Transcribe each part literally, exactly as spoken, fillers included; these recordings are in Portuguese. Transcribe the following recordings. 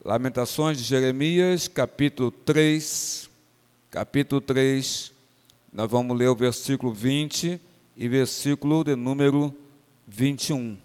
Lamentações de Jeremias, capítulo três, capítulo três, nós vamos ler o versículo vinte e versículo de número vinte e um.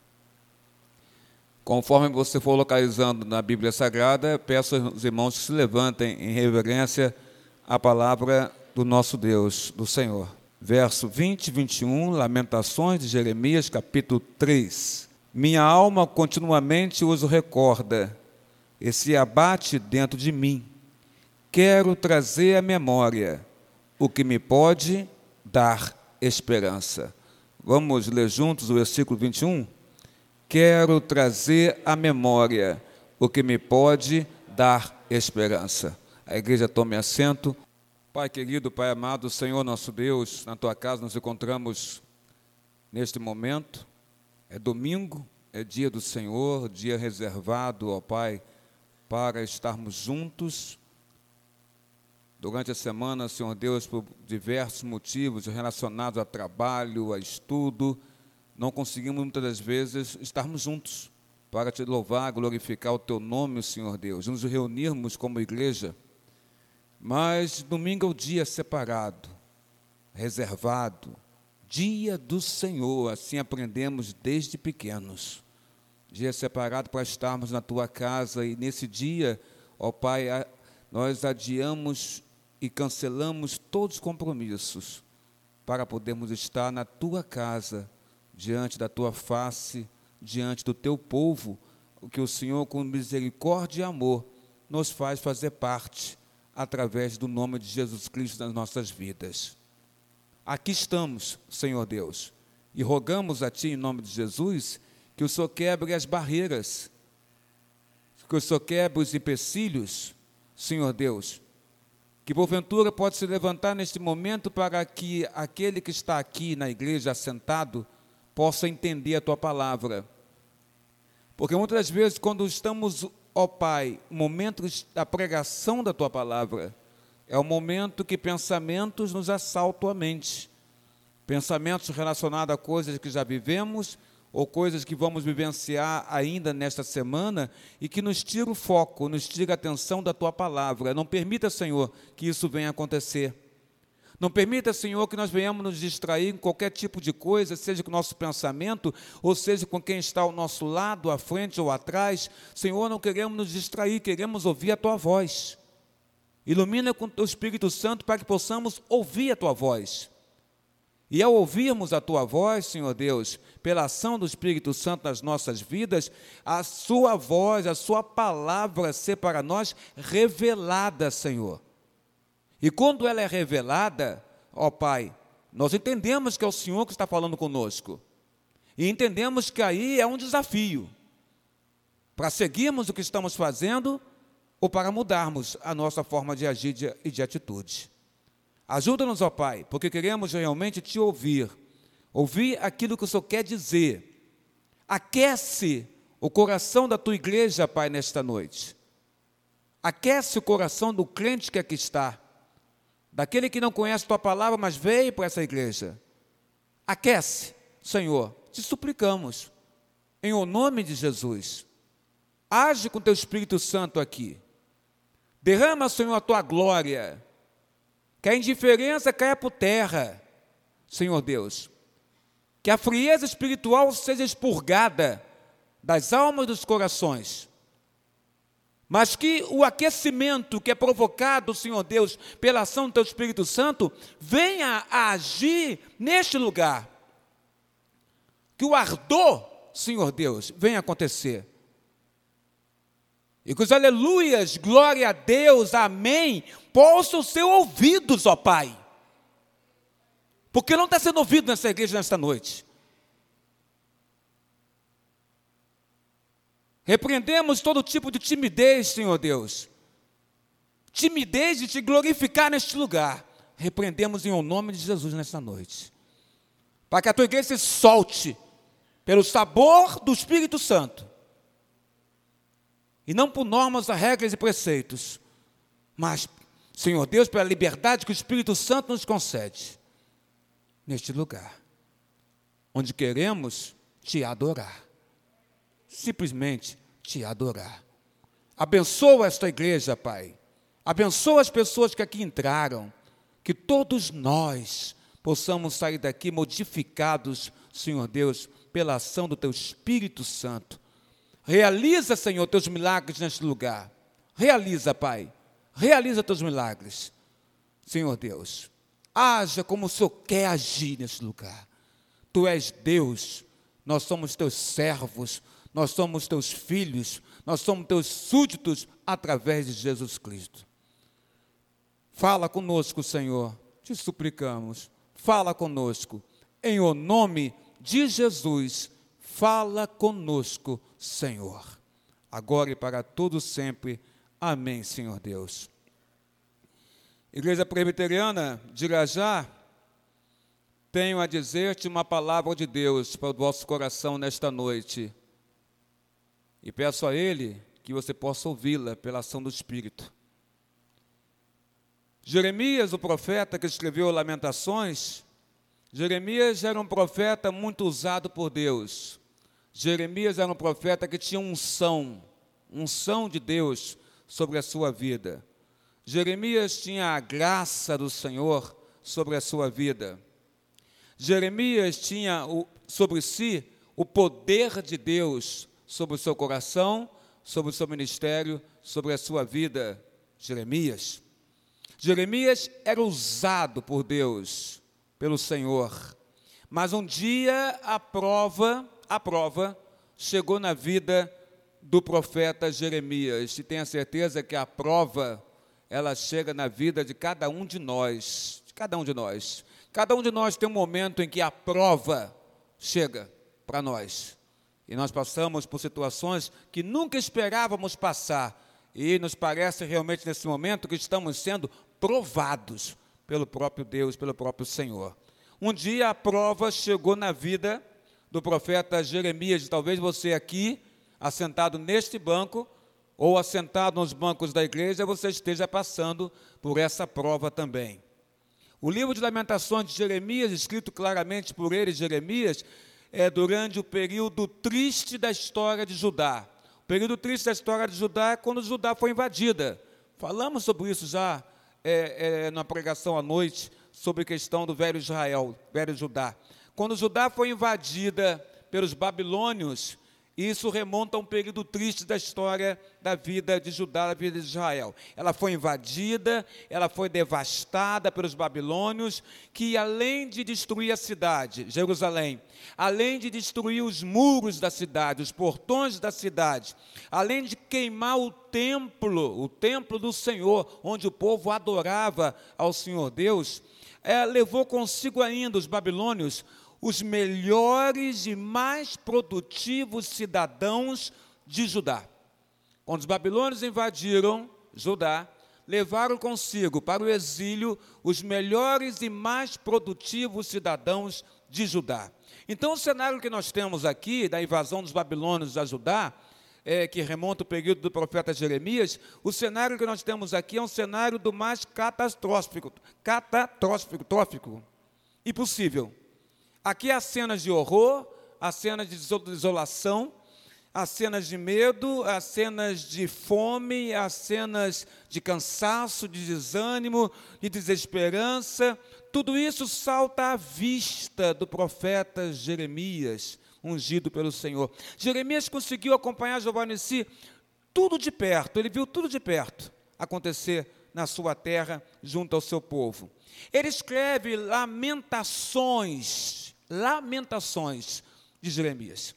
Conforme você for localizando na Bíblia Sagrada, peço aos irmãos que se levantem em reverência à palavra do nosso Deus, do Senhor. Verso vinte e vinte e um, Lamentações de Jeremias, capítulo três. Minha alma continuamente os recorda, e se abate dentro de mim. Quero trazer à memória o que me pode dar esperança. Vamos ler juntos o versículo vinte e um? Quero trazer à memória o que me pode dar esperança. A igreja tome assento. Pai querido, Pai amado, Senhor nosso Deus, na Tua casa nos encontramos neste momento. É domingo, é dia do Senhor, dia reservado, ó Pai, para estarmos juntos. Durante a semana, Senhor Deus, por diversos motivos relacionados a trabalho, a estudo, não conseguimos muitas das vezes estarmos juntos para Te louvar, glorificar o Teu nome, Senhor Deus, nos reunirmos como igreja. Mas domingo é o dia separado, reservado, dia do Senhor, assim aprendemos desde pequenos. Dia separado para estarmos na Tua casa, e nesse dia, ó Pai, nós adiamos e cancelamos todos os compromissos para podermos estar na Tua casa, diante da Tua face, diante do Teu povo, o que o Senhor, com misericórdia e amor, nos faz fazer parte, através do nome de Jesus Cristo nas nossas vidas. Aqui estamos, Senhor Deus, e rogamos a Ti, em nome de Jesus, que o Senhor quebre as barreiras, que o Senhor quebre os empecilhos, Senhor Deus, que porventura pode se levantar neste momento para que aquele que está aqui na igreja assentado possa entender a Tua palavra. Porque muitas das vezes, quando estamos, ó Pai, no momento da pregação da Tua palavra, é o momento que pensamentos nos assaltam a mente. Pensamentos relacionados a coisas que já vivemos, ou coisas que vamos vivenciar ainda nesta semana, e que nos tira o foco, nos tira a atenção da Tua palavra. Não permita, Senhor, que isso venha acontecer. Não permita, Senhor, que nós venhamos nos distrair em qualquer tipo de coisa, seja com o nosso pensamento, ou seja com quem está ao nosso lado, à frente ou atrás. Senhor, não queremos nos distrair, queremos ouvir a Tua voz. Ilumina com o Teu Espírito Santo para que possamos ouvir a Tua voz. E ao ouvirmos a Tua voz, Senhor Deus, pela ação do Espírito Santo nas nossas vidas, a Sua voz, a Sua palavra ser para nós revelada, Senhor. E quando ela é revelada, ó Pai, nós entendemos que é o Senhor que está falando conosco. E entendemos que aí é um desafio para seguirmos o que estamos fazendo ou para mudarmos a nossa forma de agir e de atitude. Ajuda-nos, ó Pai, porque queremos realmente Te ouvir, ouvir aquilo que o Senhor quer dizer. Aquece o coração da Tua igreja, Pai, nesta noite. Aquece o coração do crente que aqui está, daquele que não conhece Tua palavra, mas veio para essa igreja. Aquece, Senhor, te suplicamos, em o nome de Jesus. Age com Teu Espírito Santo aqui. Derrama, Senhor, a Tua glória. Que a indiferença caia por terra, Senhor Deus. Que a frieza espiritual seja expurgada das almas e dos corações. Mas que o aquecimento que é provocado, Senhor Deus, pela ação do Teu Espírito Santo, venha a agir neste lugar. Que o ardor, Senhor Deus, venha acontecer. E que os aleluias, glória a Deus, amém, possam ser ouvidos, ó Pai. Porque não está sendo ouvido nessa igreja nesta noite. Repreendemos todo tipo de timidez, Senhor Deus. Timidez de Te glorificar neste lugar. Repreendemos em o nome de Jesus nesta noite. Para que a Tua igreja se solte pelo sabor do Espírito Santo. E não por normas, regras e preceitos, mas, Senhor Deus, pela liberdade que o Espírito Santo nos concede, neste lugar, onde queremos Te adorar, simplesmente Te adorar. Abençoa esta igreja, Pai. Abençoa as pessoas que aqui entraram. Que todos nós possamos sair daqui modificados, Senhor Deus, pela ação do Teu Espírito Santo. Realiza, Senhor, Teus milagres neste lugar. Realiza, Pai. Realiza Teus milagres. Senhor Deus, haja como o Senhor quer agir neste lugar. Tu és Deus, nós somos Teus servos, nós somos Teus filhos, nós somos Teus súditos através de Jesus Cristo. Fala conosco, Senhor, te suplicamos. Fala conosco, em o nome de Jesus, fala conosco, Senhor. Agora e para todo sempre. Amém, Senhor Deus. Igreja Presbiteriana de Irajá, tenho a dizer-te uma palavra de Deus para o vosso coração nesta noite. E peço a Ele que você possa ouvi-la pela ação do Espírito. Jeremias, o profeta que escreveu Lamentações, Jeremias era um profeta muito usado por Deus. Jeremias era um profeta que tinha unção, unção de Deus sobre a sua vida. Jeremias tinha a graça do Senhor sobre a sua vida. Jeremias tinha o, sobre si o poder de Deus sobre o seu coração, sobre o seu ministério, sobre a sua vida. Jeremias. Jeremias era usado por Deus, pelo Senhor. Mas um dia a prova, a prova chegou na vida do profeta Jeremias. E tenha certeza que a prova ela chega na vida de cada um de nós, de cada um de nós. Cada um de nós tem um momento em que a prova chega para nós. E nós passamos por situações que nunca esperávamos passar. E nos parece realmente nesse momento que estamos sendo provados pelo próprio Deus, pelo próprio Senhor. Um dia a prova chegou na vida do profeta Jeremias. Talvez você aqui, assentado neste banco, ou assentado nos bancos da igreja, você esteja passando por essa prova também. O livro de Lamentações de Jeremias, escrito claramente por ele, Jeremias, é durante o período triste da história de Judá. O período triste da história de Judá é quando Judá foi invadida. Falamos sobre isso já é, é, na pregação à noite, sobre a questão do velho Israel, velho Judá. Quando Judá foi invadida pelos babilônios, isso remonta a um período triste da história da vida de Judá, da vida de Israel. Ela foi invadida, ela foi devastada pelos babilônios, que além de destruir a cidade, Jerusalém, além de destruir os muros da cidade, os portões da cidade, além de queimar o templo, o templo do Senhor, onde o povo adorava ao Senhor Deus, é, levou consigo ainda os babilônios os melhores e mais produtivos cidadãos de Judá. Quando os babilônios invadiram Judá, levaram consigo para o exílio os melhores e mais produtivos cidadãos de Judá. Então, o cenário que nós temos aqui, da invasão dos babilônios a Judá, é, que remonta ao período do profeta Jeremias, o cenário que nós temos aqui é um cenário do mais catastrófico, catastrófico, trófico, impossível. Aqui há cenas de horror, há cenas de desolação, há cenas de medo, há cenas de fome, há cenas de cansaço, de desânimo, de desesperança. Tudo isso salta à vista do profeta Jeremias, ungido pelo Senhor. Jeremias conseguiu acompanhar Giovanni tudo de perto, ele viu tudo de perto acontecer na sua terra, junto ao seu povo. Ele escreve lamentações, Lamentações de Jeremias.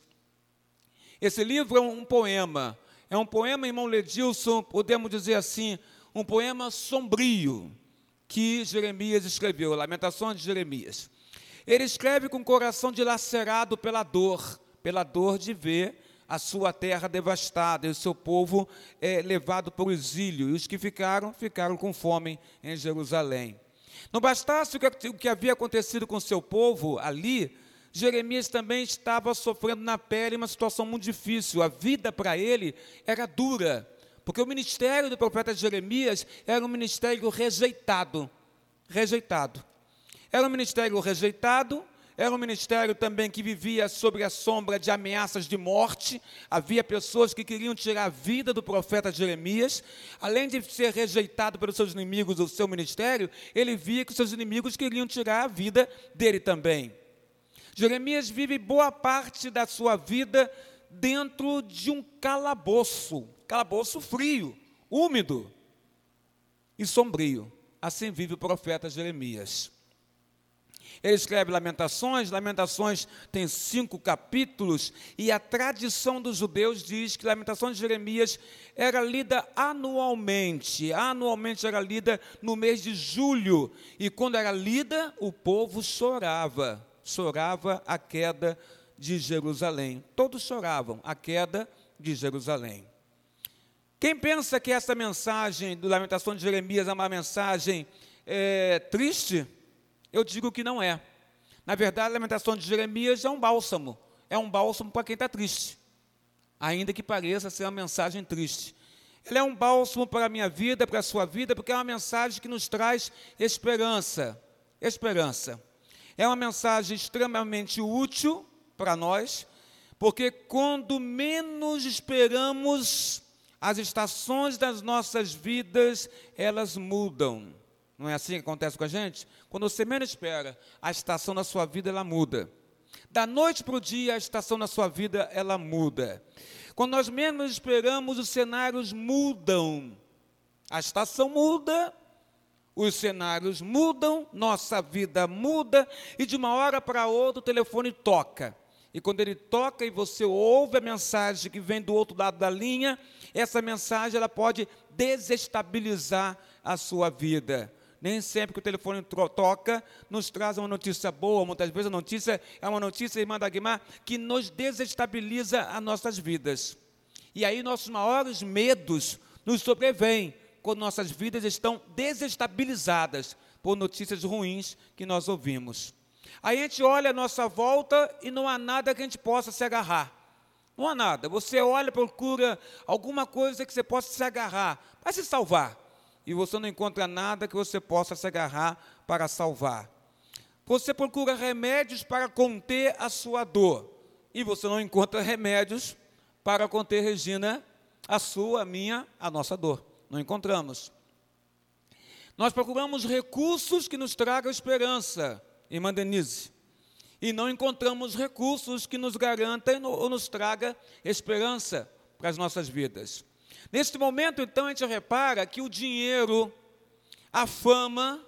Esse livro é um poema, é um poema, irmão Ledilson, podemos dizer assim, um poema sombrio que Jeremias escreveu, Lamentações de Jeremias. Ele escreve com o coração dilacerado pela dor, pela dor de ver a sua terra devastada e o seu povo é, levado para o exílio, e os que ficaram, ficaram com fome em Jerusalém. Não bastasse o que, o que havia acontecido com o seu povo ali, Jeremias também estava sofrendo na pele uma situação muito difícil. A vida para ele era dura, porque o ministério do profeta Jeremias era um ministério rejeitado, rejeitado. Era um ministério rejeitado, era um ministério também que vivia sob a sombra de ameaças de morte. Havia pessoas que queriam tirar a vida do profeta Jeremias. Além de ser rejeitado pelos seus inimigos do seu ministério, ele via que os seus inimigos queriam tirar a vida dele também. Jeremias vive boa parte da sua vida dentro de um calabouço, calabouço frio, úmido e sombrio. Assim vive o profeta Jeremias. Ele escreve Lamentações, Lamentações tem cinco capítulos, e a tradição dos judeus diz que Lamentações de Jeremias era lida anualmente, anualmente era lida no mês de julho, e quando era lida, o povo chorava, chorava a queda de Jerusalém. Todos choravam a queda de Jerusalém. Quem pensa que essa mensagem do Lamentações de Jeremias é uma mensagem é, triste, eu digo que não é. Na verdade, a Lamentação de Jeremias é um bálsamo. É um bálsamo para quem está triste, ainda que pareça ser uma mensagem triste. Ele é um bálsamo para a minha vida, para a sua vida, porque é uma mensagem que nos traz esperança. Esperança. É uma mensagem extremamente útil para nós, porque quando menos esperamos, as estações das nossas vidas, elas mudam. Não é assim que acontece com a gente? Quando você menos espera, a estação da sua vida, ela muda. Da noite para o dia, a estação da sua vida, ela muda. Quando nós menos esperamos, os cenários mudam. A estação muda, os cenários mudam, nossa vida muda, e de uma hora para outra o telefone toca. E quando ele toca e você ouve a mensagem que vem do outro lado da linha, essa mensagem ela pode desestabilizar a sua vida. Nem sempre que o telefone toca, nos traz uma notícia boa. Muitas vezes a notícia é uma notícia, irmã Dagmar, que nos desestabiliza as nossas vidas. E aí nossos maiores medos nos sobrevêm, quando nossas vidas estão desestabilizadas por notícias ruins que nós ouvimos. Aí a gente olha a nossa volta e não há nada que a gente possa se agarrar. Não há nada. Você olha, procura alguma coisa que você possa se agarrar para se salvar. E você não encontra nada que você possa se agarrar para salvar. Você procura remédios para conter a sua dor. E você não encontra remédios para conter, Regina, a sua, a minha, a nossa dor. Não encontramos. Nós procuramos recursos que nos tragam esperança, irmã Denise. E não encontramos recursos que nos garantam ou nos tragam esperança para as nossas vidas. Neste momento, então, a gente repara que o dinheiro, a fama,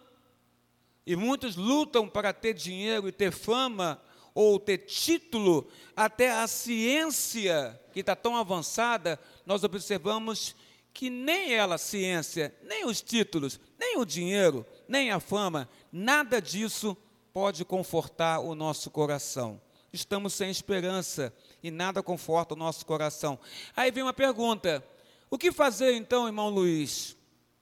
e muitos lutam para ter dinheiro e ter fama, ou ter título, até a ciência, que está tão avançada, nós observamos que nem ela, a ciência, nem os títulos, nem o dinheiro, nem a fama, nada disso pode confortar o nosso coração. Estamos sem esperança e nada conforta o nosso coração. Aí vem uma pergunta: o que fazer então, irmão Luiz?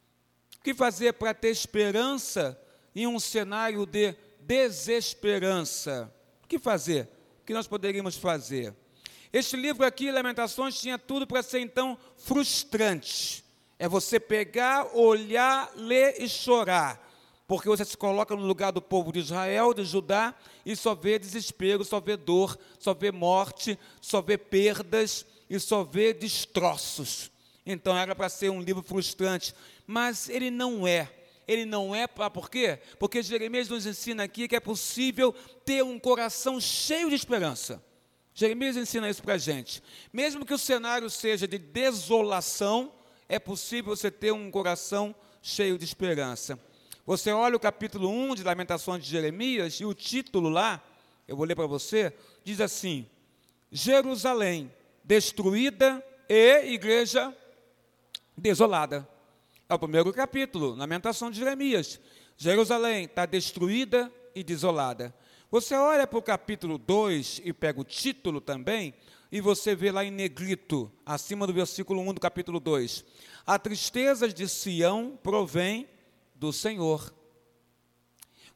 O que fazer para ter esperança em um cenário de desesperança? O que fazer? O que nós poderíamos fazer? Este livro aqui, Lamentações, tinha tudo para ser então frustrante. É você pegar, olhar, ler e chorar. Porque você se coloca no lugar do povo de Israel, de Judá, e só vê desespero, só vê dor, só vê morte, só vê perdas e só vê destroços. Então era para ser um livro frustrante, mas ele não é. Ele não é, para por quê? Porque Jeremias nos ensina aqui que é possível ter um coração cheio de esperança. Jeremias ensina isso para a gente. Mesmo que o cenário seja de desolação, é possível você ter um coração cheio de esperança. Você olha o capítulo um de Lamentações de Jeremias, e o título lá, eu vou ler para você, diz assim: Jerusalém destruída e igreja desolada. É o primeiro capítulo, Lamentação de Jeremias. Jerusalém está destruída e desolada. Você olha para o capítulo dois e pega o título também, e você vê lá em negrito, acima do versículo um do capítulo dois. A tristeza de Sião provém do Senhor.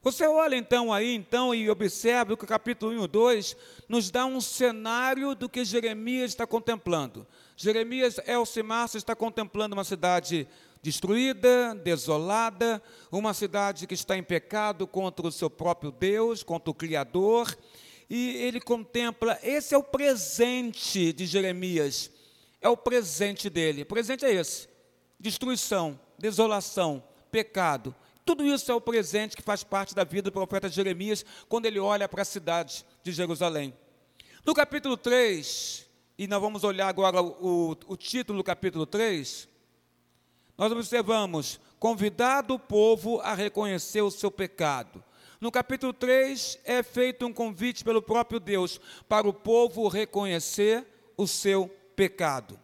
Você olha então aí então e observa que o capítulo um e o dois nos dá um cenário do que Jeremias está contemplando. Jeremias Elcimarcio está contemplando uma cidade destruída, desolada, uma cidade que está em pecado contra o seu próprio Deus, contra o Criador, e ele contempla, esse é o presente de Jeremias, é o presente dele. O presente é esse: destruição, desolação, pecado. Tudo isso é o presente que faz parte da vida do profeta Jeremias quando ele olha para a cidade de Jerusalém. No capítulo três, e nós vamos olhar agora o, o, o título do capítulo três, nós observamos: convidado o povo a reconhecer o seu pecado. No capítulo três é feito um convite pelo próprio Deus para o povo reconhecer o seu pecado.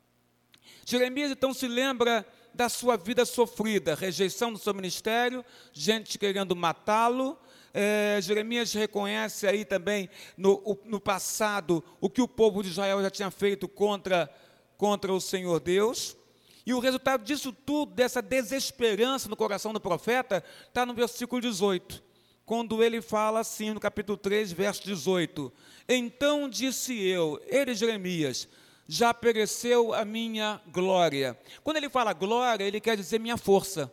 Jeremias então se lembra da sua vida sofrida, rejeição do seu ministério, gente querendo matá-lo. É, Jeremias reconhece aí também no, no passado o que o povo de Israel já tinha feito contra, contra o Senhor Deus. E o resultado disso tudo, dessa desesperança no coração do profeta, está no versículo dezoito, quando ele fala assim, no capítulo três, verso dezoito: então disse eu, ele Jeremias, já pereceu a minha glória. Quando ele fala glória, ele quer dizer minha força.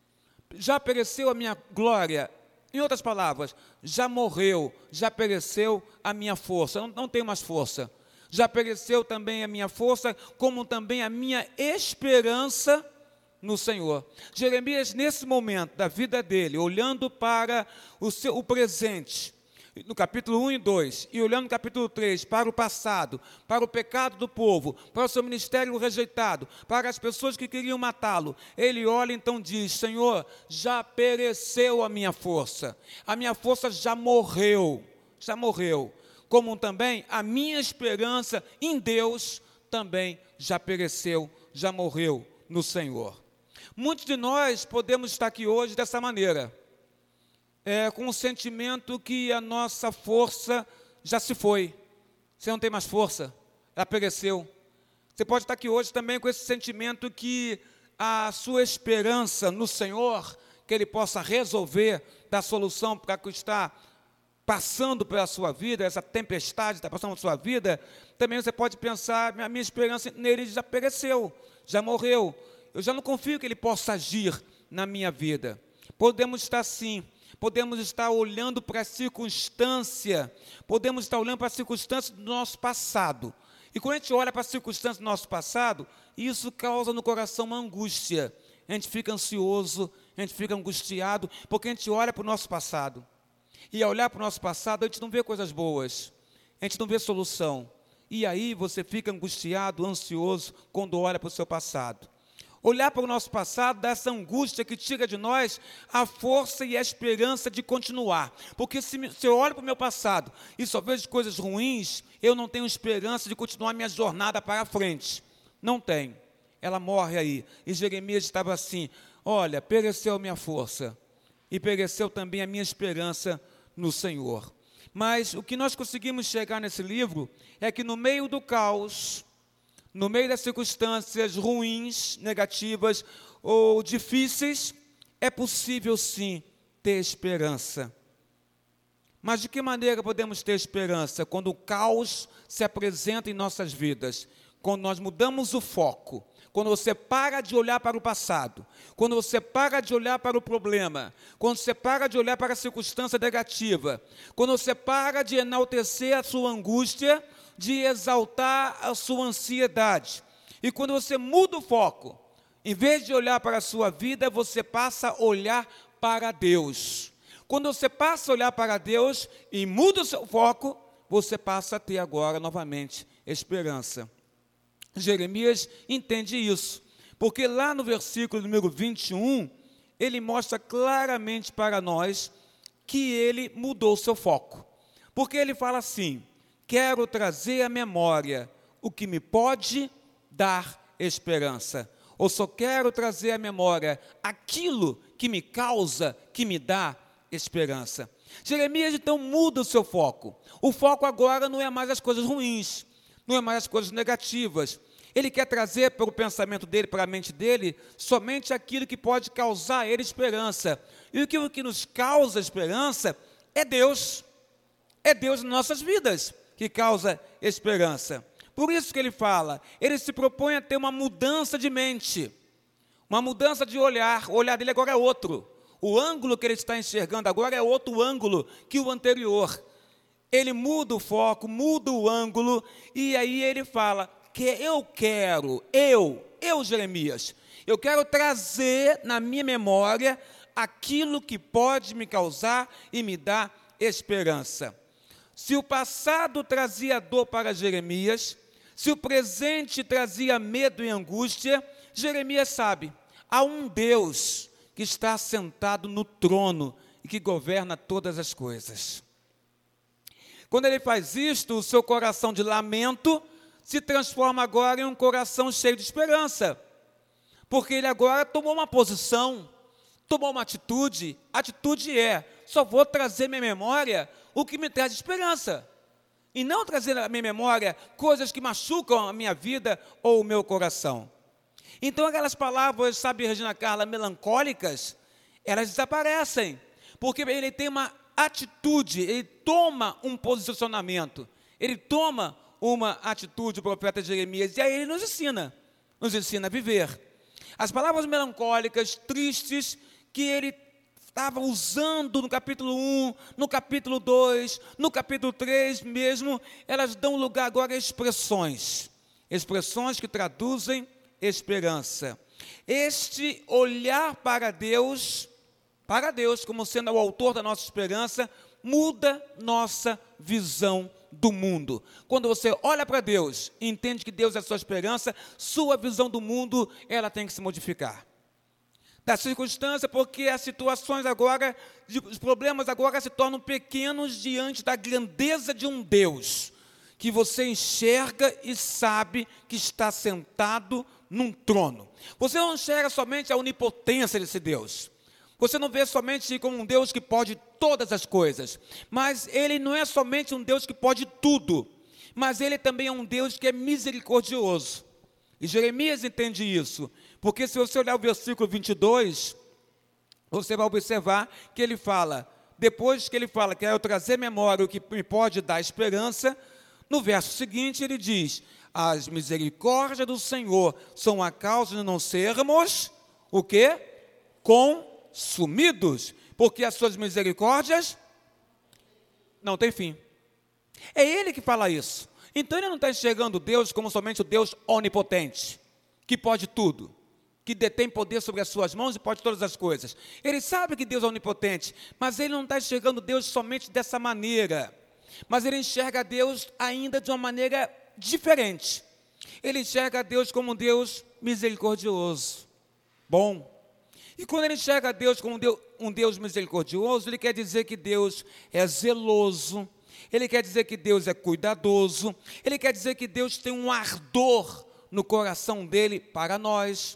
Já pereceu a minha glória. Em outras palavras, já morreu, já pereceu a minha força. Não, não tenho mais força. Já pereceu também a minha força, como também a minha esperança no Senhor. Jeremias, nesse momento da vida dele, olhando para o, seu, o presente, no capítulo um e dois, e olhando no capítulo três, para o passado, para o pecado do povo, para o seu ministério rejeitado, para as pessoas que queriam matá-lo, ele olha e então diz: Senhor, já pereceu a minha força, a minha força já morreu, já morreu, como também a minha esperança em Deus também já pereceu, já morreu no Senhor. Muitos de nós podemos estar aqui hoje dessa maneira, É, com o sentimento que a nossa força já se foi. Você não tem mais força, ela pereceu. Você pode estar aqui hoje também com esse sentimento que a sua esperança no Senhor, que Ele possa resolver, dar solução para o que está passando pela sua vida, essa tempestade está passando pela sua vida. Também você pode pensar: a minha esperança nele já pereceu, já morreu. Eu já não confio que Ele possa agir na minha vida. Podemos estar sim. Podemos estar olhando para a circunstância, podemos estar olhando para a circunstância do nosso passado. E quando a gente olha para a circunstância do nosso passado, isso causa no coração uma angústia. A gente fica ansioso, a gente fica angustiado, porque a gente olha para o nosso passado. E ao olhar para o nosso passado, a gente não vê coisas boas, a gente não vê solução. E aí você fica angustiado, ansioso, quando olha para o seu passado. Olhar para o nosso passado dá essa angústia que tira de nós a força e a esperança de continuar. Porque se, se eu olho para o meu passado e só vejo coisas ruins, eu não tenho esperança de continuar minha jornada para frente. Não tem. Ela morre aí. E Jeremias estava assim: olha, pereceu a minha força e pereceu também a minha esperança no Senhor. Mas o que nós conseguimos chegar nesse livro é que no meio do caos, no meio das circunstâncias ruins, negativas ou difíceis, é possível sim ter esperança. Mas de que maneira podemos ter esperança? Quando o caos se apresenta em nossas vidas, quando nós mudamos o foco, quando você para de olhar para o passado, quando você para de olhar para o problema, quando você para de olhar para a circunstância negativa, quando você para de enaltecer a sua angústia, de exaltar a sua ansiedade. E quando você muda o foco, em vez de olhar para a sua vida, você passa a olhar para Deus. Quando você passa a olhar para Deus e muda o seu foco, você passa a ter agora novamente esperança. Jeremias entende isso, porque lá no versículo número vinte e um, ele mostra claramente para nós que ele mudou o seu foco. Porque ele fala assim: quero trazer à memória o que me pode dar esperança. Ou só quero trazer à memória aquilo que me causa, que me dá esperança. Jeremias então muda o seu foco. O foco agora não é mais as coisas ruins, não é mais as coisas negativas. Ele quer trazer para o pensamento dele, para a mente dele, somente aquilo que pode causar a ele esperança. E o que nos causa esperança é Deus. É Deus nas nossas vidas que causa esperança. Por isso que ele fala, ele se propõe a ter uma mudança de mente, uma mudança de olhar. O olhar dele agora é outro. O ângulo que ele está enxergando agora é outro ângulo que o anterior. Ele muda o foco, muda o ângulo, e aí ele fala que eu quero, eu, eu Jeremias, eu quero trazer na minha memória aquilo que pode me causar e me dar esperança. Se o passado trazia dor para Jeremias, se o presente trazia medo e angústia, Jeremias sabe, há um Deus que está sentado no trono e que governa todas as coisas. Quando ele faz isto, o seu coração de lamento se transforma agora em um coração cheio de esperança, porque ele agora tomou uma posição, tomou uma atitude. A atitude é, só vou trazer à minha memória o que me traz esperança, e não trazer à minha memória coisas que machucam a minha vida ou o meu coração. Então aquelas palavras, sabe, Regina Carla, melancólicas, elas desaparecem, porque ele tem uma atitude, ele toma um posicionamento, ele toma uma atitude, o profeta Jeremias, e aí ele nos ensina, nos ensina a viver. As palavras melancólicas, tristes, que ele estava usando no capítulo um, no capítulo dois, no capítulo três mesmo, elas dão lugar agora a expressões, expressões que traduzem esperança. Este olhar para Deus, para Deus como sendo o autor da nossa esperança, muda nossa visão do mundo. Quando você olha para Deus e entende que Deus é a sua esperança, sua visão do mundo, ela tem que se modificar. Da circunstância, porque as situações agora, os problemas agora se tornam pequenos diante da grandeza de um Deus, que você enxerga e sabe que está sentado num trono. Você não enxerga somente a onipotência desse Deus. Você não vê somente como um Deus que pode todas as coisas, mas Ele não é somente um Deus que pode tudo, mas Ele também é um Deus que é misericordioso. E Jeremias entende isso, porque se você olhar o versículo vinte e dois, você vai observar que ele fala, depois que ele fala que eu trazer memória o que me pode dar esperança, no verso seguinte ele diz, as misericórdias do Senhor são a causa de não sermos, o quê? Consumidos, porque as suas misericórdias não têm fim. É ele que fala isso. Então ele não está enxergando Deus como somente o Deus onipotente, que pode tudo, que detém poder sobre as suas mãos e pode todas as coisas. Ele sabe que Deus é onipotente, mas ele não está enxergando Deus somente dessa maneira, mas ele enxerga Deus ainda de uma maneira diferente. Ele enxerga Deus como um Deus misericordioso, bom. E quando ele enxerga Deus como um Deus, um Deus misericordioso, ele quer dizer que Deus é zeloso, ele quer dizer que Deus é cuidadoso, ele quer dizer que Deus tem um ardor no coração dele para nós,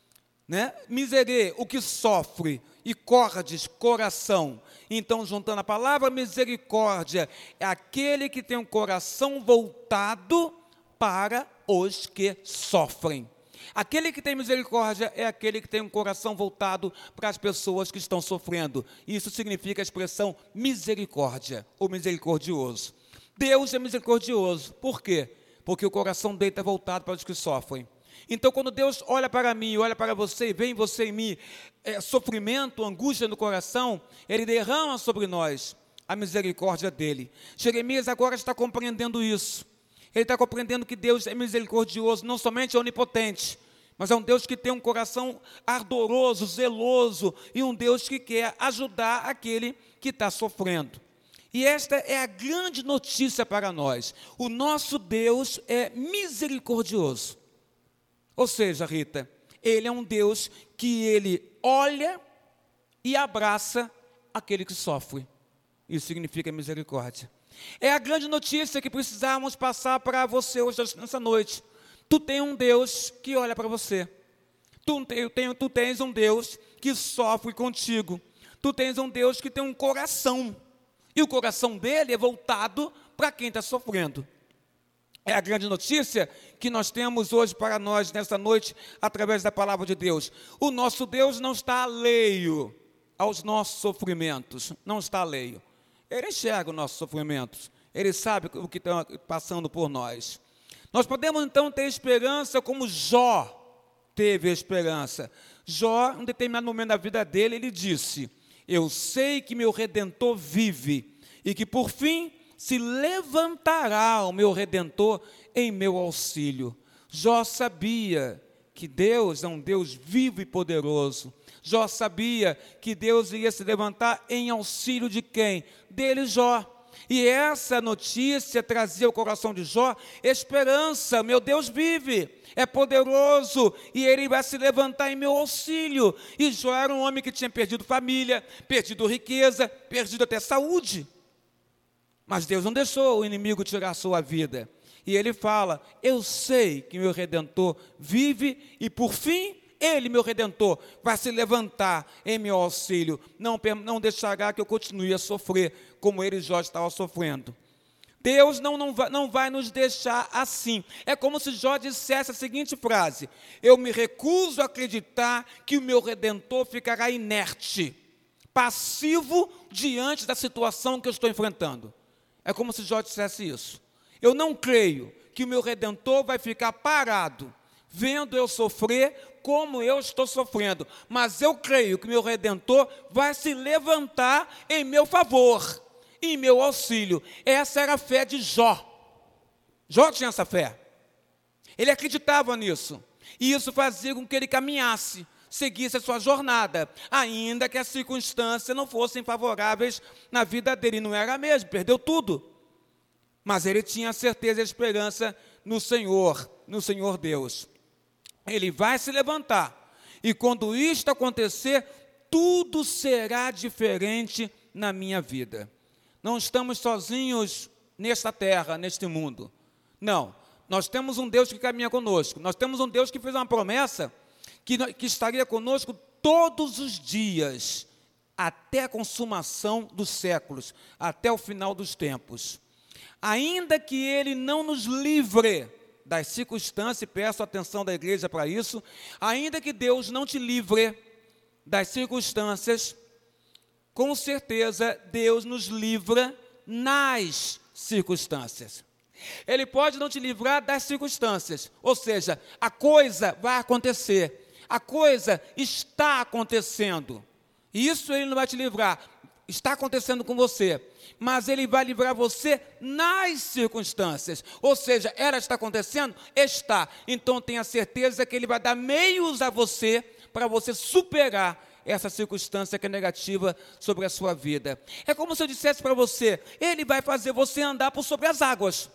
né? Miserê, o que sofre, e cordes, coração. Então, juntando a palavra misericórdia, é aquele que tem um coração voltado para os que sofrem. Aquele que tem misericórdia é aquele que tem um coração voltado para as pessoas que estão sofrendo. Isso significa a expressão misericórdia, ou misericordioso. Deus é misericordioso. Por quê? Porque o coração dele está voltado para os que sofrem. Então, quando Deus olha para mim, olha para você, e vê em você e em mim é, sofrimento, angústia no coração, Ele derrama sobre nós a misericórdia dEle. Jeremias agora está compreendendo isso. Ele está compreendendo que Deus é misericordioso, não somente é onipotente, mas é um Deus que tem um coração ardoroso, zeloso, e um Deus que quer ajudar aquele que está sofrendo. E esta é a grande notícia para nós. O nosso Deus é misericordioso. Ou seja, Rita, Ele é um Deus que Ele olha e abraça aquele que sofre. Isso significa misericórdia. É a grande notícia que precisamos passar para você hoje, nessa noite. Tu tens um Deus que olha para você. Tu, tu, tu tens um Deus que sofre contigo. Tu tens um Deus que tem um coração. E o coração dele é voltado para quem está sofrendo. É a grande notícia que nós temos hoje para nós, nesta noite, através da palavra de Deus. O nosso Deus não está alheio aos nossos sofrimentos, não está alheio. Ele enxerga os nossos sofrimentos, Ele sabe o que está passando por nós. Nós podemos, então, ter esperança como Jó teve esperança. Jó, em um determinado momento da vida dele, ele disse: eu sei que meu Redentor vive e que, por fim, se levantará o meu Redentor em meu auxílio. Jó sabia que Deus é um Deus vivo e poderoso. Jó sabia que Deus iria se levantar em auxílio de quem? Dele, Jó. E essa notícia trazia ao coração de Jó esperança. Meu Deus vive, é poderoso, e Ele vai se levantar em meu auxílio. E Jó era um homem que tinha perdido família, perdido riqueza, perdido até saúde. Mas Deus não deixou o inimigo tirar a sua vida. E ele fala: eu sei que meu Redentor vive e, por fim, Ele, meu Redentor, vai se levantar em meu auxílio. Não, não deixará que eu continue a sofrer como ele, Jó, estava sofrendo. Deus não, não, vai, não vai nos deixar assim. É como se Jó dissesse a seguinte frase: eu me recuso a acreditar que o meu Redentor ficará inerte, passivo diante da situação que eu estou enfrentando. É como se Jó dissesse isso. Eu não creio que o meu Redentor vai ficar parado, vendo eu sofrer como eu estou sofrendo. Mas eu creio que o meu Redentor vai se levantar em meu favor, em meu auxílio. Essa era a fé de Jó. Jó tinha essa fé. Ele acreditava nisso. E isso fazia com que ele caminhasse, seguisse a sua jornada, ainda que as circunstâncias não fossem favoráveis na vida dele. Não era mesmo, perdeu tudo. Mas ele tinha certeza e esperança no Senhor, no Senhor Deus. Ele vai se levantar, e quando isto acontecer, tudo será diferente na minha vida. Não estamos sozinhos nesta terra, neste mundo. Não, nós temos um Deus que caminha conosco. Nós temos um Deus que fez uma promessa que, que estaria conosco todos os dias, até a consumação dos séculos, até o final dos tempos. Ainda que Ele não nos livre das circunstâncias, e peço a atenção da igreja para isso, ainda que Deus não te livre das circunstâncias, com certeza Deus nos livra nas circunstâncias. Ele pode não te livrar das circunstâncias, ou seja, a coisa vai acontecer, a coisa está acontecendo, e isso Ele não vai te livrar, está acontecendo com você, mas Ele vai livrar você nas circunstâncias, ou seja, ela está acontecendo? Está, então tenha certeza que Ele vai dar meios a você, para você superar essa circunstância que é negativa sobre a sua vida. É como se eu dissesse para você: Ele vai fazer você andar por sobre as águas.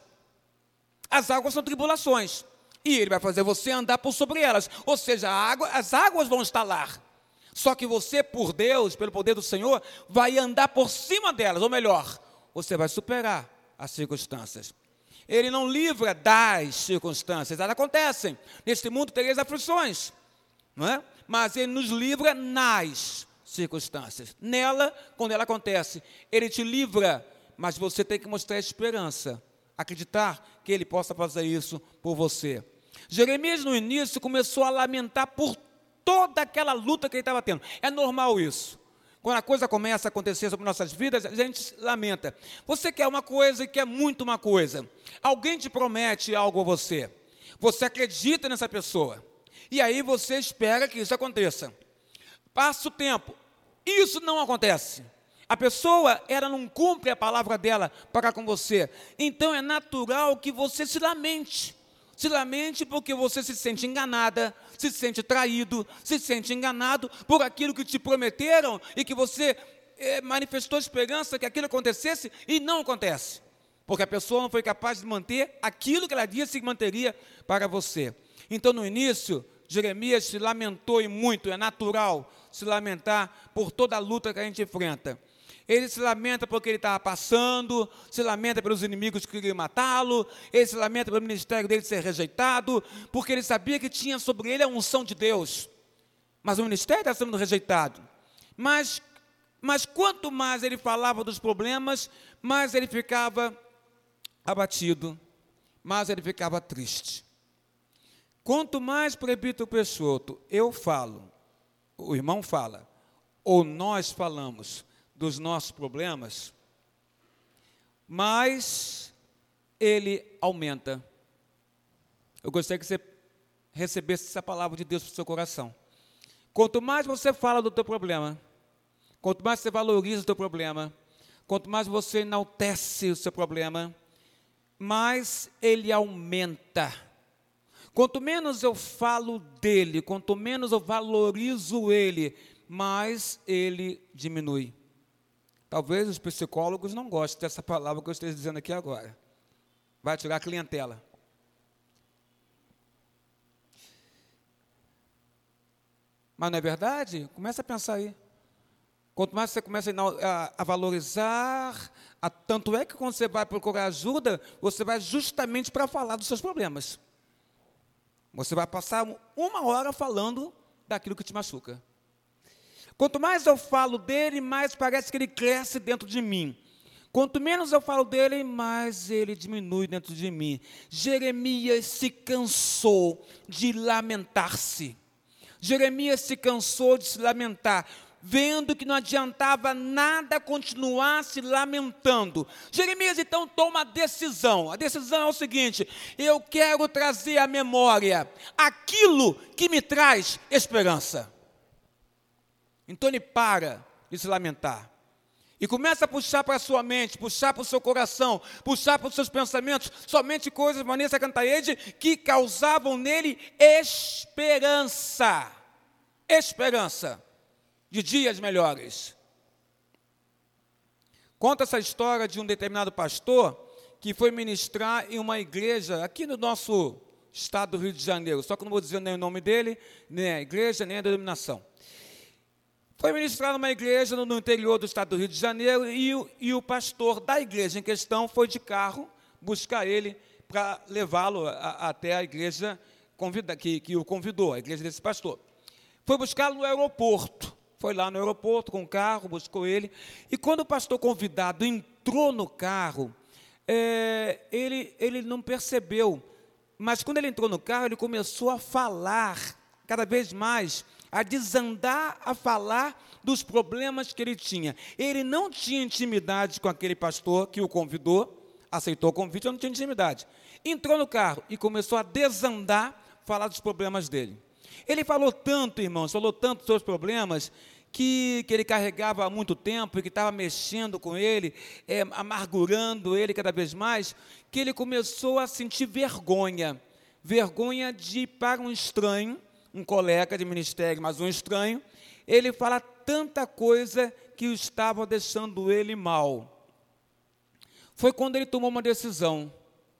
As águas são tribulações, e Ele vai fazer você andar por sobre elas, ou seja, a água, as águas vão estar lá. Só que você, por Deus, pelo poder do Senhor, vai andar por cima delas, ou melhor, você vai superar as circunstâncias. Ele não livra das circunstâncias, elas acontecem. Neste mundo tereis aflições, não é? Mas Ele nos livra nas circunstâncias. Nela, quando ela acontece, Ele te livra, mas você tem que mostrar esperança, acreditar que Ele possa fazer isso por você. Jeremias, no início, começou a lamentar por toda aquela luta que ele estava tendo. É normal isso. Quando a coisa começa a acontecer sobre nossas vidas, a gente lamenta. Você quer uma coisa e quer muito uma coisa. Alguém te promete algo a você. Você acredita nessa pessoa. E aí você espera que isso aconteça. Passa o tempo. Isso não acontece. A pessoa, ela não cumpre a palavra dela para com você. Então é natural que você se lamente. Se lamente porque você se sente enganada, se sente traído, se sente enganado por aquilo que te prometeram e que você eh, manifestou esperança que aquilo acontecesse e não acontece. Porque a pessoa não foi capaz de manter aquilo que ela disse que manteria para você. Então, no início, Jeremias se lamentou e muito, é natural se lamentar por toda a luta que a gente enfrenta. Ele se lamenta porque ele estava passando, se lamenta pelos inimigos que queriam matá-lo, ele se lamenta pelo ministério dele ser rejeitado, porque ele sabia que tinha sobre ele a unção de Deus, mas o ministério estava sendo rejeitado. Mas, mas quanto mais ele falava dos problemas, mais ele ficava abatido, mais ele ficava triste. Quanto mais, presbítero Peixoto, eu falo, o irmão fala, ou nós falamos dos nossos problemas, mais ele aumenta. Eu gostaria que você recebesse essa palavra de Deus para o seu coração. Quanto mais você fala do teu problema, quanto mais você valoriza o teu problema, quanto mais você enaltece o seu problema, mais ele aumenta. Quanto menos eu falo dele, quanto menos eu valorizo ele, mais ele diminui. Talvez os psicólogos não gostem dessa palavra que eu estou dizendo aqui agora. Vai tirar a clientela. Mas não é verdade? Começa a pensar aí. Quanto mais você começa a, a valorizar, a, tanto é que quando você vai procurar ajuda, você vai justamente para falar dos seus problemas. Você vai passar uma hora falando daquilo que te machuca. Quanto mais eu falo dele, mais parece que ele cresce dentro de mim. Quanto menos eu falo dele, mais ele diminui dentro de mim. Jeremias se cansou de lamentar-se. Jeremias se cansou de se lamentar, vendo que não adiantava nada continuar se lamentando. Jeremias então toma a decisão. A decisão é o seguinte: eu quero trazer à memória aquilo que me traz esperança. Então ele para de se lamentar e começa a puxar para a sua mente, puxar para o seu coração, puxar para os seus pensamentos somente coisas, Vanessa Cantaede, que causavam nele esperança. Esperança de dias melhores. Conta essa história de um determinado pastor que foi ministrar em uma igreja aqui no nosso estado do Rio de Janeiro, só que não vou dizer nem o nome dele, nem a igreja, nem a denominação. Foi ministrar numa igreja no, no interior do estado do Rio de Janeiro e o, e o pastor da igreja em questão foi de carro buscar ele para levá-lo a, até a igreja convida, que, que o convidou, a igreja desse pastor. Foi buscá-lo no aeroporto. Foi lá no aeroporto com o carro, buscou ele. E quando o pastor convidado entrou no carro, é, ele, ele não percebeu. Mas quando ele entrou no carro, ele começou a falar cada vez mais, a desandar a falar dos problemas que ele tinha. Ele não tinha intimidade com aquele pastor que o convidou, aceitou o convite, não tinha intimidade. Entrou no carro e começou a desandar, falar dos problemas dele. Ele falou tanto, irmãos, falou tanto dos seus problemas, que, que ele carregava há muito tempo e que estava mexendo com ele, é, amargurando ele cada vez mais, que ele começou a sentir vergonha. Vergonha de ir para um estranho, um colega de ministério, mas um estranho, ele fala tanta coisa que estava deixando ele mal. Foi quando ele tomou uma decisão.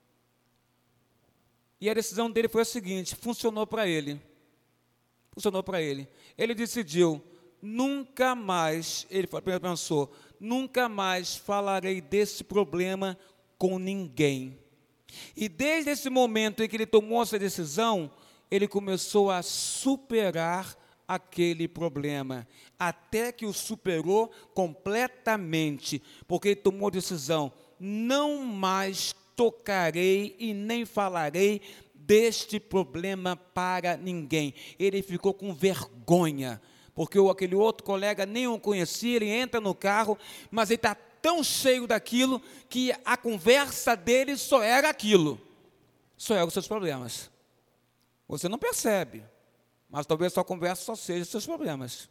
E a decisão dele foi a seguinte, funcionou para ele. Funcionou para ele. Ele decidiu, nunca mais, ele pensou, nunca mais falarei desse problema com ninguém. E desde esse momento em que ele tomou essa decisão, ele começou a superar aquele problema, até que o superou completamente, porque ele tomou a decisão, não mais tocarei e nem falarei deste problema para ninguém. Ele ficou com vergonha, porque aquele outro colega nem o conhecia, ele entra no carro, mas ele está tão cheio daquilo, que a conversa dele só era aquilo, só eram os seus problemas. Você não percebe, mas talvez a sua conversa só seja os seus problemas.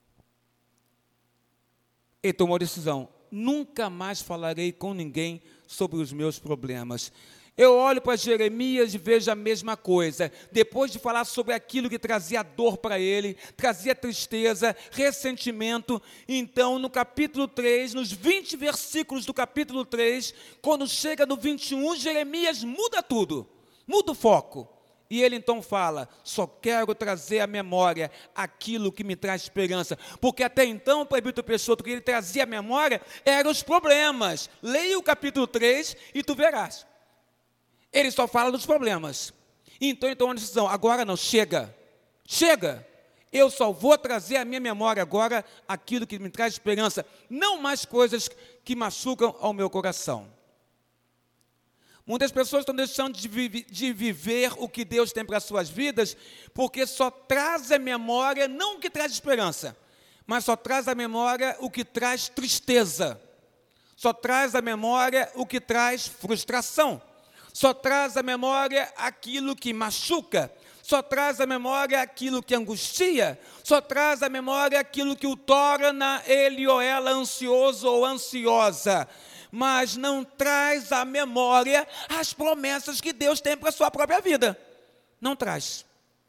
Ele tomou a decisão, nunca mais falarei com ninguém sobre os meus problemas. Eu olho para Jeremias e vejo a mesma coisa. Depois de falar sobre aquilo que trazia dor para ele, trazia tristeza, ressentimento, então no capítulo três, nos vinte versículos do capítulo três, quando chega no vinte e um, Jeremias muda tudo, muda o foco. E ele então fala, só quero trazer à memória aquilo que me traz esperança. Porque até então, o presbítero Peixoto, que ele trazia à memória, eram os problemas. Leia o capítulo três e tu verás. Ele só fala dos problemas. Então, então, uma decisão, agora não, chega. Chega. Eu só vou trazer à minha memória agora aquilo que me traz esperança. Não mais coisas que machucam ao meu coração. Muitas pessoas estão deixando de, vi de viver o que Deus tem para as suas vidas, porque só traz à memória, não o que traz esperança, mas só traz à memória o que traz tristeza, só traz à memória o que traz frustração, só traz à memória aquilo que machuca, só traz à memória aquilo que angustia, só traz à memória aquilo que o torna ele ou ela ansioso ou ansiosa, mas não traz à memória as promessas que Deus tem para a sua própria vida. Não traz.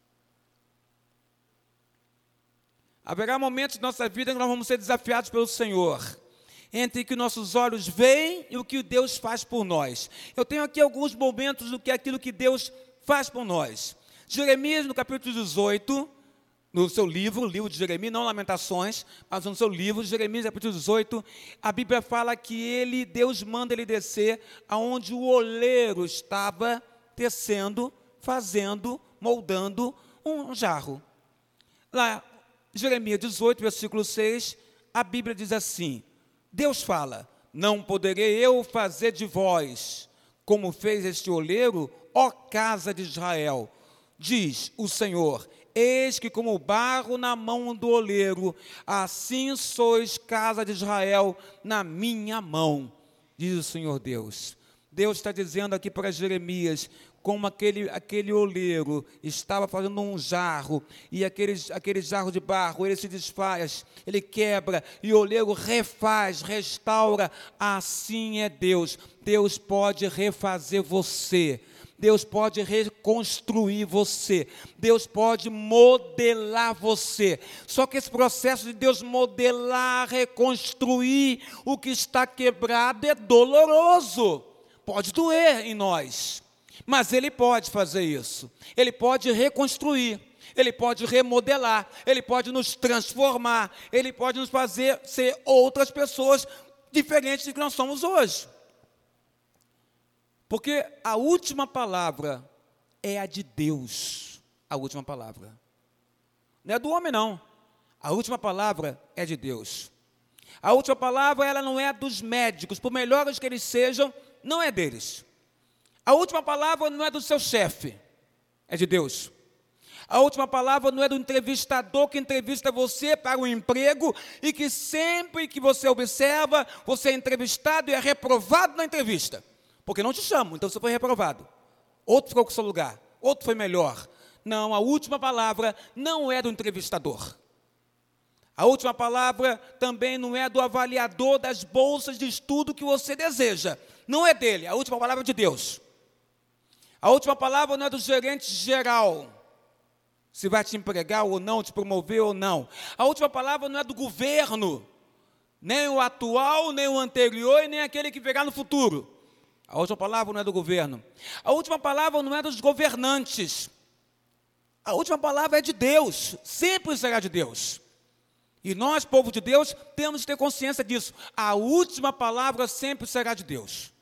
Haverá momentos em nossa vida que nós vamos ser desafiados pelo Senhor, entre que nossos olhos veem e o que Deus faz por nós. Eu tenho aqui alguns momentos do que é aquilo que Deus faz por nós. Jeremias, no capítulo dezoito, no seu livro, o livro de Jeremias, não Lamentações, mas no seu livro, Jeremias, capítulo dezoito, a Bíblia fala que ele, Deus manda ele descer aonde o oleiro estava tecendo, fazendo, moldando um jarro. Lá, Jeremias dezoito, versículo seis, a Bíblia diz assim, Deus fala, não poderei eu fazer de vós, como fez este oleiro, ó casa de Israel, diz o Senhor, eis que como barro na mão do oleiro, assim sois casa de Israel na minha mão, diz o Senhor Deus. Deus está dizendo aqui para Jeremias, como aquele, aquele oleiro estava fazendo um jarro, e aquele, aquele jarro de barro, ele se desfaz, ele quebra, e o oleiro refaz, restaura, assim é Deus. Deus pode refazer você, Deus pode reconstruir você, Deus pode modelar você. Só que esse processo de Deus modelar, reconstruir o que está quebrado é doloroso. Pode doer em nós, mas Ele pode fazer isso. Ele pode reconstruir, Ele pode remodelar, Ele pode nos transformar, Ele pode nos fazer ser outras pessoas diferentes do que nós somos hoje. Porque a última palavra é a de Deus, a última palavra. Não é do homem, não. A última palavra é de Deus. A última palavra, ela não é dos médicos, por melhores que eles sejam, não é deles. A última palavra não é do seu chefe, é de Deus. A última palavra não é do entrevistador que entrevista você para um emprego e que sempre que você observa, você é entrevistado e é reprovado na entrevista. Porque não te chamam, então você foi reprovado. Outro ficou com o seu lugar, outro foi melhor. Não, a última palavra não é do entrevistador. A última palavra também não é do avaliador das bolsas de estudo que você deseja. Não é dele, a última palavra é de Deus. A última palavra não é do gerente geral, se vai te empregar ou não, te promover ou não. A última palavra não é do governo, nem o atual, nem o anterior, e nem aquele que virá no futuro. A última palavra não é do governo. A última palavra não é dos governantes. A última palavra é de Deus, sempre será de Deus. E nós, povo de Deus, temos que ter consciência disso. A última palavra sempre será de Deus.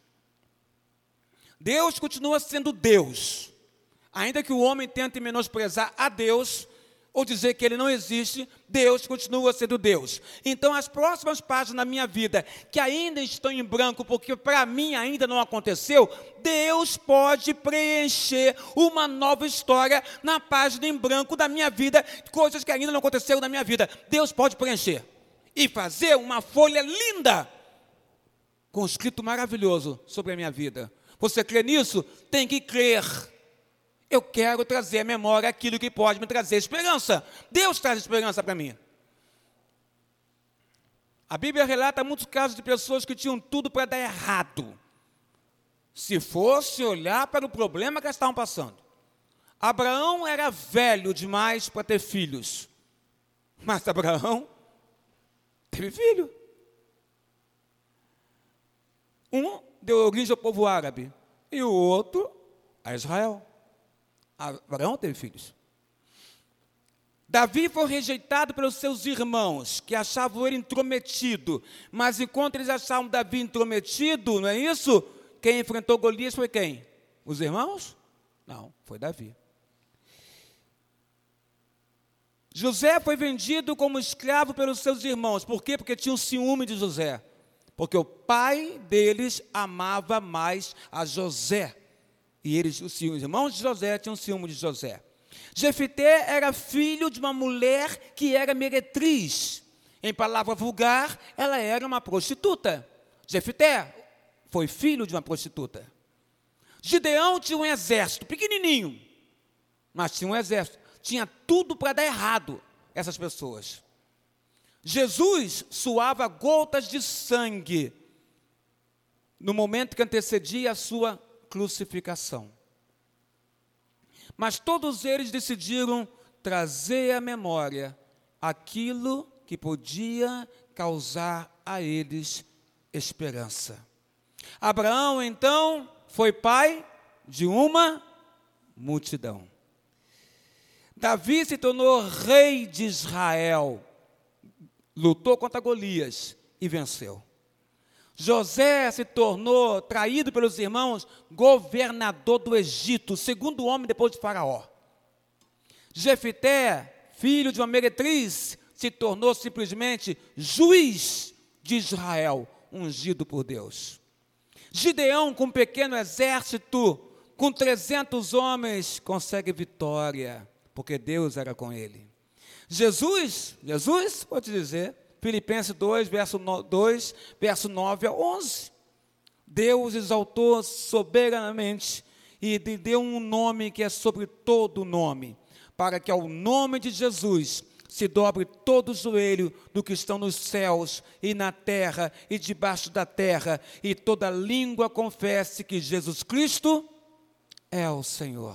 Deus continua sendo Deus. Ainda que o homem tente menosprezar a Deus, ou dizer que Ele não existe, Deus continua sendo Deus. Então, as próximas páginas da minha vida, que ainda estão em branco, porque para mim ainda não aconteceu, Deus pode preencher uma nova história na página em branco da minha vida, coisas que ainda não aconteceram na minha vida. Deus pode preencher e fazer uma folha linda, com um escrito maravilhoso sobre a minha vida. Você crê nisso? Tem que crer. Eu quero trazer à memória aquilo que pode me trazer esperança. Deus traz esperança para mim. A Bíblia relata muitos casos de pessoas que tinham tudo para dar errado, se fosse olhar para o problema que elas estavam passando. Abraão era velho demais para ter filhos, mas Abraão teve filho. Um deu origem ao povo árabe e o outro a Israel. Abraão teve filhos. Davi foi rejeitado pelos seus irmãos, que achavam ele intrometido. Mas enquanto eles achavam Davi intrometido, não é isso? Quem enfrentou Golias foi quem? Os irmãos? Não, foi Davi. José foi vendido como escravo pelos seus irmãos. Por quê? Porque tinham ciúme de José. porque o pai deles amava mais a José. E eles, os irmãos de José, tinham ciúme de José. Jefité era filho de uma mulher que era meretriz. Em palavra vulgar, ela era uma prostituta. Jefité foi filho de uma prostituta. Gideão tinha um exército pequenininho, mas tinha um exército. Tinha tudo para dar errado, essas pessoas. Jesus suava gotas de sangue no momento que antecedia a sua crucificação. Mas todos eles decidiram trazer à memória aquilo que podia causar a eles esperança. Abraão, então, foi pai de uma multidão. Davi se tornou rei de Israel, lutou contra Golias e venceu. José se tornou, traído pelos irmãos, governador do Egito, segundo homem depois de Faraó. Jefité, filho de uma meretriz, se tornou simplesmente juiz de Israel, ungido por Deus. Gideão, com um pequeno exército, com trezentos homens, consegue vitória, porque Deus era com ele. Jesus, Jesus, vou te dizer, Filipenses dois, verso dois, verso nove a onze. Deus exaltou soberanamente e lhe deu um nome que é sobre todo nome, para que ao nome de Jesus se dobre todo o joelho do que estão nos céus e na terra e debaixo da terra, e toda língua confesse que Jesus Cristo é o Senhor.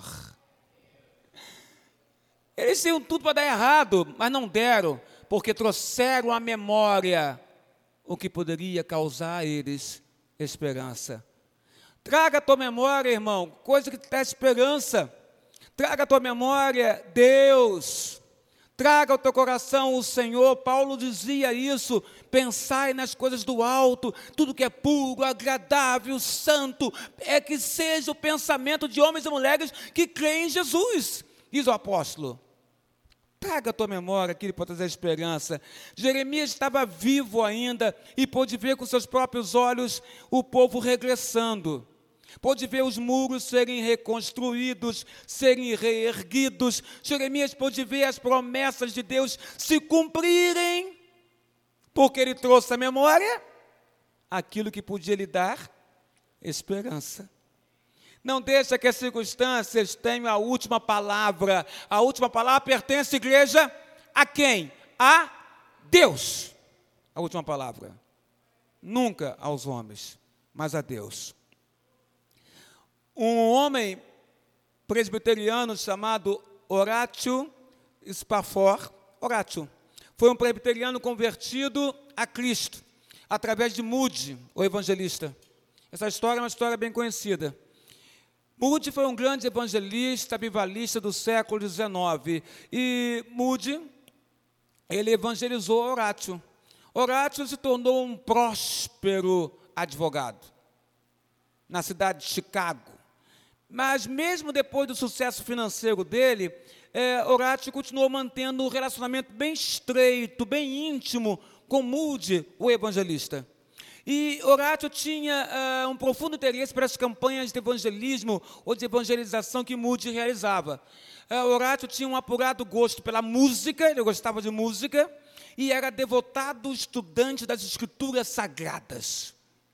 Eles tinham tudo para dar errado, mas não deram, porque trouxeram à memória o que poderia causar a eles esperança. Traga à tua memória, irmão, coisa que te dá esperança. Traga à tua memória Deus. Traga ao teu coração o Senhor. Paulo dizia isso: pensai nas coisas do alto, tudo que é puro, agradável, santo, é que seja o pensamento de homens e mulheres que creem em Jesus, diz o apóstolo. Traga à tua memória aquilo para trazer esperança. Jeremias estava vivo ainda e pôde ver com seus próprios olhos o povo regressando. Pôde ver os muros serem reconstruídos, serem reerguidos. Jeremias pôde ver as promessas de Deus se cumprirem, porque ele trouxe à memória aquilo que podia lhe dar esperança. Não deixa que as circunstâncias tenham a última palavra. A última palavra pertence, igreja, a quem? A Deus. A última palavra. Nunca aos homens, mas a Deus. Um homem presbiteriano chamado Horatio Spafford, Horatio, foi um presbiteriano convertido a Cristo, através de Moody, o evangelista. Essa história é uma história bem conhecida. Moody foi um grande evangelista, avivalista do século dezenove. E Moody, ele evangelizou Horatio. Horatio se tornou um próspero advogado na cidade de Chicago. Mas mesmo depois do sucesso financeiro dele, é, Horatio continuou mantendo um relacionamento bem estreito, bem íntimo com Moody, o evangelista. E Horatio tinha uh, um profundo interesse pelas campanhas de evangelismo ou de evangelização que Moody realizava. Uh, Horatio tinha um apurado gosto pela música, ele gostava de música, e era devotado estudante das Escrituras Sagradas.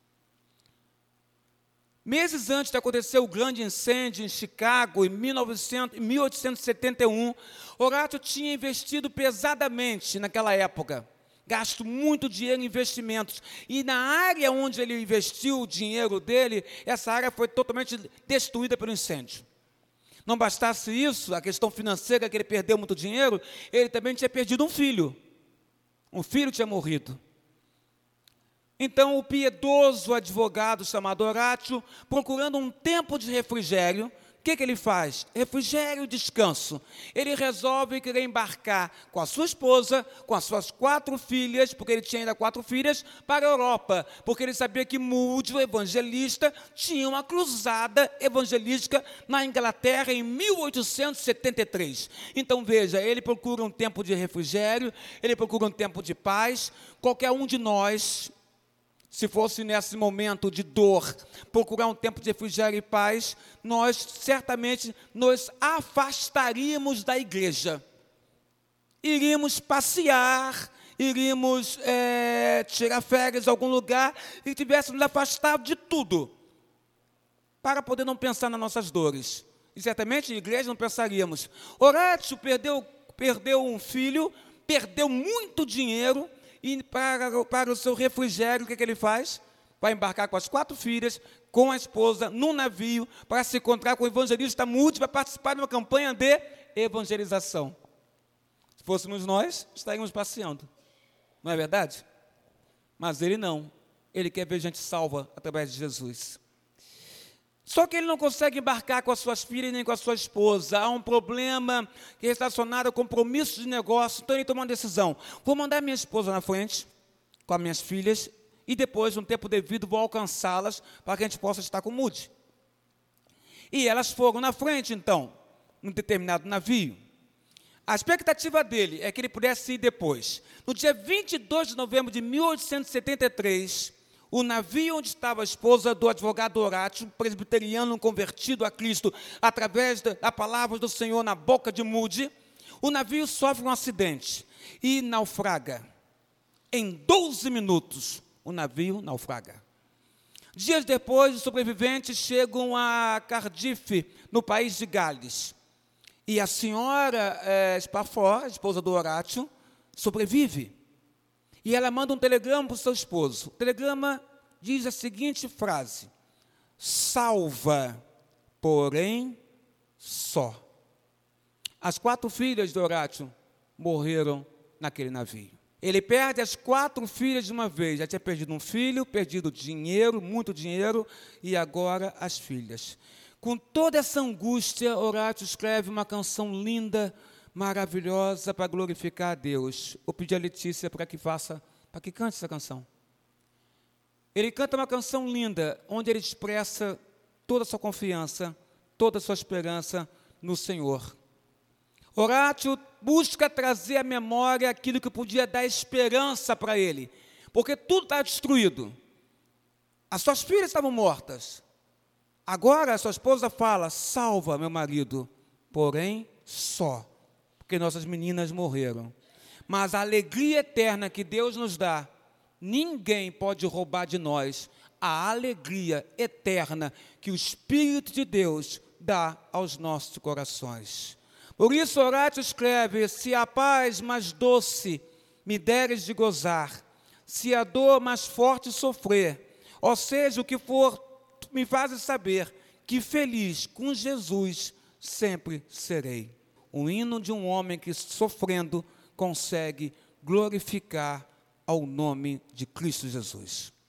Meses antes de acontecer o grande incêndio em Chicago, em mil oitocentos e setenta e um, Horatio tinha investido pesadamente naquela época. Gasto muito dinheiro em investimentos. E na área onde ele investiu o dinheiro dele, essa área foi totalmente destruída pelo incêndio. Não bastasse isso, a questão financeira, que ele perdeu muito dinheiro, ele também tinha perdido um filho. Um filho tinha morrido. Então, o piedoso advogado chamado Horatio, procurando um tempo de refrigério, o que, que ele faz? Refrigério e descanso. Ele resolve querer embarcar com a sua esposa, com as suas quatro filhas, porque ele tinha ainda quatro filhas, para a Europa, porque ele sabia que Moody, o evangelista, tinha uma cruzada evangelística na Inglaterra em mil oitocentos e setenta e três. Então, veja, ele procura um tempo de refrigério, ele procura um tempo de paz. Qualquer um de nós Se fosse nesse momento de dor, procurar um tempo de refrigério e paz, nós certamente nos afastaríamos da igreja. Iríamos passear, iríamos é, tirar férias em algum lugar e tivéssemos afastado de tudo, para poder não pensar nas nossas dores. E certamente em igreja não pensaríamos. Horácio perdeu, perdeu um filho, perdeu muito dinheiro, e para, para o seu refrigério, o que, que ele faz? Vai embarcar com as quatro filhas, com a esposa, num navio, para se encontrar com o evangelista Moody, para participar de uma campanha de evangelização. Se fôssemos nós, estaríamos passeando. Não é verdade? Mas ele não. Ele quer ver gente salva através de Jesus. Só que ele não consegue embarcar com as suas filhas nem com a sua esposa. Há um problema que é relacionado ao compromisso de negócio. Então ele toma uma decisão. Vou mandar minha esposa na frente, com as minhas filhas, e depois, no tempo devido, vou alcançá-las para que a gente possa estar com o Moody. E elas foram na frente, então, num determinado navio. A expectativa dele é que ele pudesse ir depois. No dia vinte e dois de novembro de mil oitocentos e setenta e três, o navio onde estava a esposa do advogado Horácio, presbiteriano convertido a Cristo, através da palavra do Senhor na boca de Moody, o navio sofre um acidente e naufraga. Em doze minutos, o navio naufraga. Dias depois, os sobreviventes chegam a Cardiff, no país de Gales. E a senhora é, Spafford, a esposa do Horácio, sobrevive. E ela manda um telegrama para o seu esposo. O telegrama diz a seguinte frase: salva, porém só. As quatro filhas de Horácio morreram naquele navio. Ele perde as quatro filhas de uma vez. Já tinha perdido um filho, perdido dinheiro, muito dinheiro, e agora as filhas. Com toda essa angústia, Horácio escreve uma canção linda, maravilhosa, para glorificar a Deus. Vou pedir a Letícia para que faça, para que cante essa canção. Ele canta uma canção linda, onde ele expressa toda a sua confiança, toda a sua esperança no Senhor. Horácio busca trazer à memória aquilo que podia dar esperança para ele, porque tudo está destruído. As suas filhas estavam mortas. Agora a sua esposa fala: salva meu marido, porém só, porque nossas meninas morreram. Mas a alegria eterna que Deus nos dá, ninguém pode roubar de nós a alegria eterna que o Espírito de Deus dá aos nossos corações. Por isso Horácio escreve: se a paz mais doce me deres de gozar, se a dor mais forte sofrer, ou seja, o que for, me fazes saber que feliz com Jesus sempre serei. O hino de um homem que, sofrendo, consegue glorificar ao nome de Cristo Jesus.